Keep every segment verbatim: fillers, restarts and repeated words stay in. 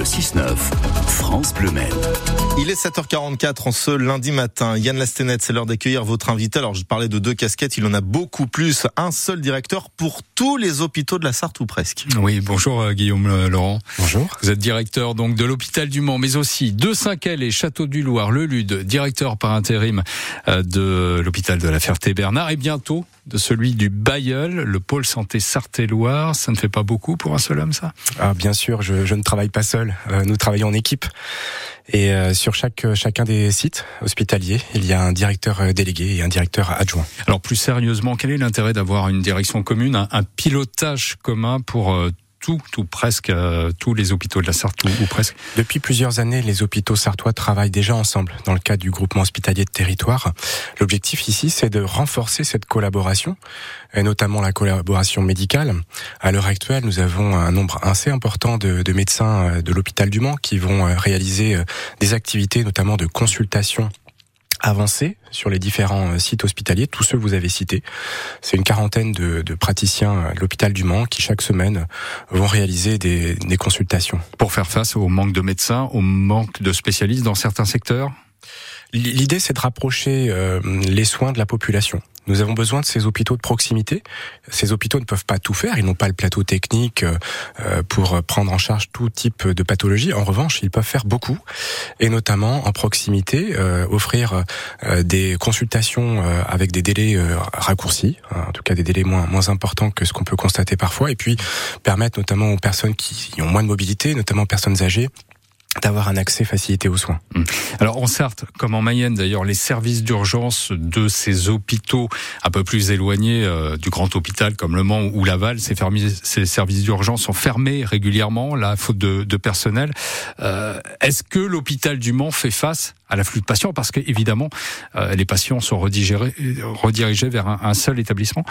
Le six neuf, France Bleu Maine. Il est sept heures quarante-quatre en ce lundi matin. Yann Lastenet, c'est l'heure d'accueillir votre invité. Alors, je parlais de deux casquettes, il en a beaucoup plus. Un seul directeur pour tous les hôpitaux de la Sarthe ou presque. Oui, bonjour euh, Guillaume euh, Laurent. Bonjour. Vous êtes directeur donc de l'hôpital du Mans, mais aussi de Saint-Quel et Château du Loir, le Lude, directeur par intérim euh, de l'hôpital de la Ferté-Bernard et bientôt de celui du Bailleul, le pôle santé Sarthe-et-Loire. Ça ne fait pas beaucoup pour un seul homme, ça ? Ah, bien sûr, je, je ne travaille pas seul. Euh, nous travaillons en équipe. Et euh, sur chaque chacun des sites hospitaliers, il y a un directeur délégué et un directeur adjoint. Alors plus sérieusement, quel est l'intérêt d'avoir une direction commune, un, un pilotage commun pour euh, tout, tout presque euh, tous les hôpitaux de la Sarthe ou, ou presque? Depuis plusieurs années, les hôpitaux sartois travaillent déjà ensemble dans le cadre du groupement hospitalier de territoire. L'objectif ici, c'est de renforcer cette collaboration, et notamment la collaboration médicale. À l'heure actuelle, nous avons un nombre assez important de, de médecins de l'hôpital du Mans qui vont réaliser des activités, notamment de consultation avancée sur les différents sites hospitaliers, tous ceux que vous avez cités. C'est une quarantaine de, de praticiens de l'hôpital du Mans qui, chaque semaine, vont réaliser des, des consultations. Pour faire face au manque de médecins, au manque de spécialistes dans certains secteurs ? L'idée, c'est de rapprocher euh, les soins de la population. Nous avons besoin de ces hôpitaux de proximité. Ces hôpitaux ne peuvent pas tout faire, ils n'ont pas le plateau technique euh, pour prendre en charge tout type de pathologie. En revanche, ils peuvent faire beaucoup, et notamment en proximité, euh, offrir euh, des consultations euh, avec des délais euh, raccourcis, hein, en tout cas des délais moins, moins importants que ce qu'on peut constater parfois, et puis permettre notamment aux personnes qui ont moins de mobilité, notamment aux personnes âgées, d'avoir un accès facilité aux soins. Alors en Sarthe, comme en Mayenne d'ailleurs, les services d'urgence de ces hôpitaux un peu plus éloignés euh, du grand hôpital comme Le Mans ou Laval, ces, fermi- ces services d'urgence sont fermés régulièrement, là, faute de, de personnel. Euh, est-ce que l'hôpital du Mans fait face à l'afflux de patients ? Parce qu'évidemment, euh, les patients sont redirigés, redirigés vers un, un seul établissement.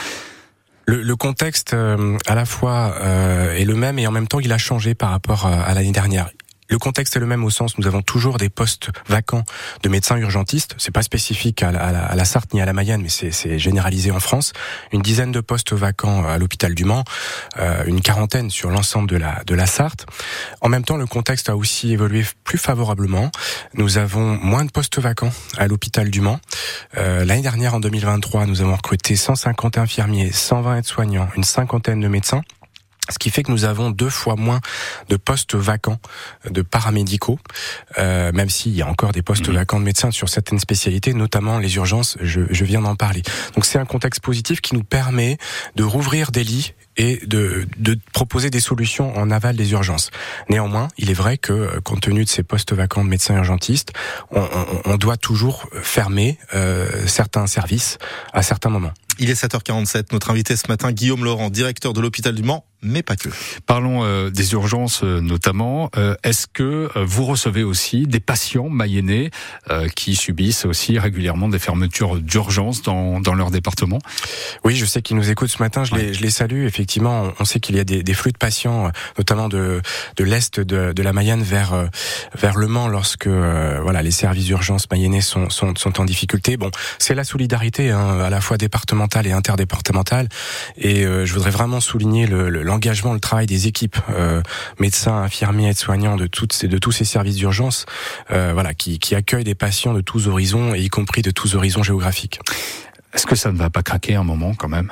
Le, le contexte euh, à la fois euh, est le même et en même temps il a changé par rapport à, à l'année dernière. Le contexte est le même au sens où nous avons toujours des postes vacants de médecins urgentistes. C'est pas spécifique à la, à la, à la Sarthe ni à la Mayenne, mais c'est, c'est généralisé en France. Une dizaine de postes vacants à l'hôpital du Mans, euh, une quarantaine sur l'ensemble de la, de la Sarthe. En même temps, le contexte a aussi évolué plus favorablement. Nous avons moins de postes vacants à l'hôpital du Mans. Euh, l'année dernière, en deux mille vingt-trois, nous avons recruté cent cinquante infirmiers, cent vingt aides-soignants, une cinquantaine de médecins. Ce qui fait que nous avons deux fois moins de postes vacants de paramédicaux, euh, même s'il y a encore des postes mmh. vacants de médecins sur certaines spécialités, notamment les urgences, je, je viens d'en parler. Donc c'est un contexte positif qui nous permet de rouvrir des lits et de, de proposer des solutions en aval des urgences. Néanmoins, il est vrai que, compte tenu de ces postes vacants de médecins urgentistes, on, on, on doit toujours fermer euh, certains services à certains moments. Il est sept heures quarante-sept, notre invité ce matin, Guillaume Laurent, directeur de l'hôpital du Mans, mais pas que. Parlons euh, des urgences euh, notamment. Euh, est-ce que euh, vous recevez aussi des patients mayennais euh, qui subissent aussi régulièrement des fermetures d'urgence dans, dans leur département ? Oui, je sais qu'ils nous écoutent ce matin, je, ouais. les, je les salue. Effectivement, on sait qu'il y a des, des flux de patients, notamment de, de l'Est de, de la Mayenne vers, vers Le Mans lorsque euh, voilà, les services d'urgence mayennais sont, sont, sont en difficulté. Bon, c'est la solidarité hein, à la fois départementale et interdépartementale. Et euh, je voudrais vraiment souligner le, le l'engagement, le travail des équipes, euh, médecins, infirmiers, aides-soignants de toutes ces, de tous ces services d'urgence, euh, voilà, qui, qui accueillent des patients de tous horizons, et y compris de tous horizons géographiques. Est-ce que ça ne va pas craquer un moment quand même ?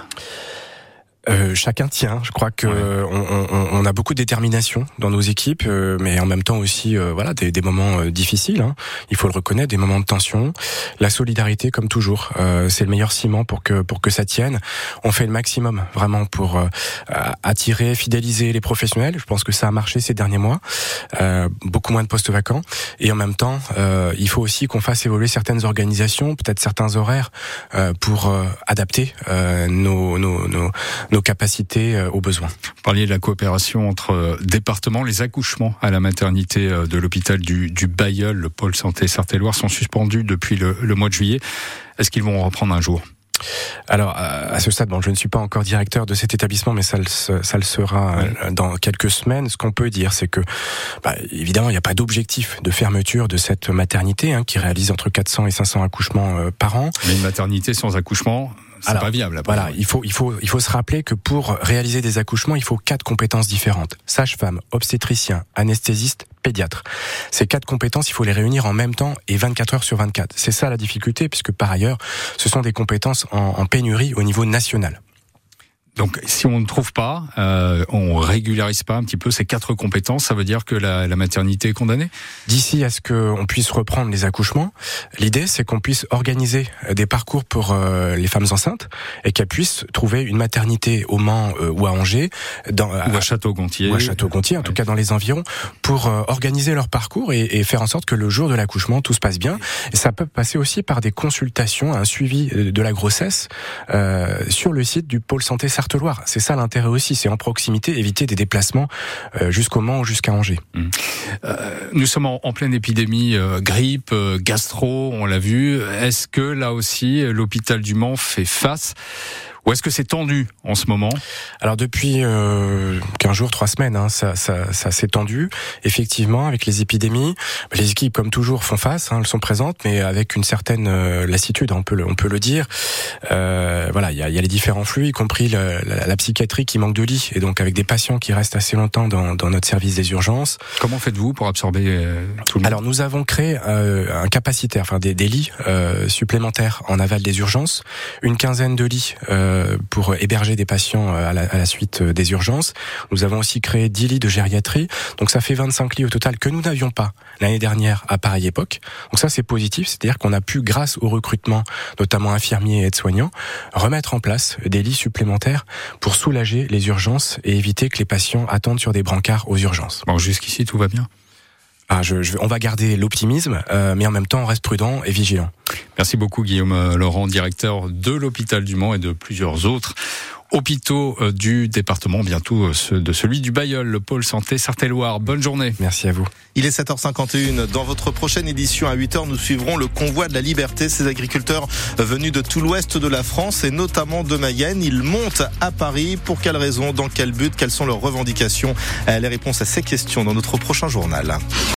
Euh, chacun tient. Je crois que ouais. on, on, on a beaucoup de détermination dans nos équipes, euh, mais en même temps aussi, euh, voilà, des, des moments euh, difficiles. Hein. Il faut le reconnaître, des moments de tension. La solidarité, comme toujours, euh, c'est le meilleur ciment pour que pour que ça tienne. On fait le maximum vraiment pour euh, attirer, fidéliser les professionnels. Je pense que ça a marché ces derniers mois. Euh, beaucoup moins de postes vacants, et en même temps, euh, il faut aussi qu'on fasse évoluer certaines organisations, peut-être certains horaires, euh, pour euh, adapter euh, nos nos nos nos capacités aux besoins. Vous parliez de la coopération entre départements. Les accouchements à la maternité de l'hôpital du, du Bailleul, le pôle santé Sarthe-et-Loire, sont suspendus depuis le, le mois de juillet. Est-ce qu'ils vont reprendre un jour ? Alors, à ce stade, bon, je ne suis pas encore directeur de cet établissement, mais ça le, ça le sera ouais. dans quelques semaines. Ce qu'on peut dire, c'est que, bah, évidemment, il n'y a pas d'objectif de fermeture de cette maternité, hein, qui réalise entre quatre cents et cinq cents accouchements euh, par an. Mais une maternité sans accouchement, c'est Alors, pas viable. Voilà, ouais. il faut, il faut, il faut se rappeler que pour réaliser des accouchements, il faut quatre compétences différentes: sage-femme, obstétricien, anesthésiste, pédiatre. Ces quatre compétences, il faut les réunir en même temps et vingt-quatre heures sur vingt-quatre. C'est ça la difficulté, puisque par ailleurs, ce sont des compétences en, en pénurie au niveau national. Donc, si on ne trouve pas, euh, on régularise pas un petit peu ces quatre compétences, ça veut dire que la, la maternité est condamnée ? D'ici à ce qu'on puisse reprendre les accouchements, l'idée c'est qu'on puisse organiser des parcours pour euh, les femmes enceintes et qu'elles puissent trouver une maternité au Mans euh, ou à Angers, dans, ou à Château-Gontier, ou à Château-Gontier, en ouais. tout cas dans les environs, pour euh, organiser leur parcours et, et faire en sorte que le jour de l'accouchement tout se passe bien. Et ça peut passer aussi par des consultations, un suivi de la grossesse euh, sur le site du pôle santé Sarthe. C'est ça l'intérêt aussi, c'est en proximité, éviter des déplacements euh, jusqu'au Mans ou jusqu'à Angers. Mmh. Euh, nous sommes en, en pleine épidémie, euh, grippe, euh, gastro, on l'a vu. Est-ce que là aussi, l'hôpital du Mans fait face ? Ou est-ce que c'est tendu en ce moment ? Alors depuis euh, quinze jours, trois semaines, hein, ça, ça, ça s'est tendu. Effectivement, avec les épidémies, les équipes, comme toujours, font face. Hein, elles sont présentes, mais avec une certaine euh, lassitude, on peut le, on peut le dire. Euh, voilà, il y a, y a les différents flux, y compris le, la, la psychiatrie qui manque de lits, et donc avec des patients qui restent assez longtemps dans, dans notre service des urgences. Comment faites-vous pour absorber euh, tout le monde ? Alors nous avons créé euh, un capacitaire, enfin des, des lits euh, supplémentaires en aval des urgences, une quinzaine de lits. Euh, pour héberger des patients à la, à la suite des urgences. Nous avons aussi créé dix lits de gériatrie, donc ça fait vingt-cinq lits au total que nous n'avions pas l'année dernière à pareille époque. Donc ça c'est positif, c'est-à-dire qu'on a pu, grâce au recrutement, notamment infirmiers et aides-soignants, remettre en place des lits supplémentaires pour soulager les urgences et éviter que les patients attendent sur des brancards aux urgences. Bon, jusqu'ici tout va bien. Ah, je, je, on va garder l'optimisme, euh, mais en même temps on reste prudent et vigilant. Merci beaucoup Guillaume Laurent, directeur de l'hôpital du Mans et de plusieurs autres hôpitaux du département, bientôt ceux de celui du Bailleul, le pôle santé Sarthe-et-Loire. Bonne journée. Merci à vous. Il est sept heures cinquante et une. Dans votre prochaine édition à huit heures, nous suivrons le convoi de la liberté. Ces agriculteurs venus de tout l'ouest de la France et notamment de Mayenne, ils montent à Paris. Pour quelles raisons ? Dans quel but ? Quelles sont leurs revendications ? Les réponses à ces questions dans notre prochain journal.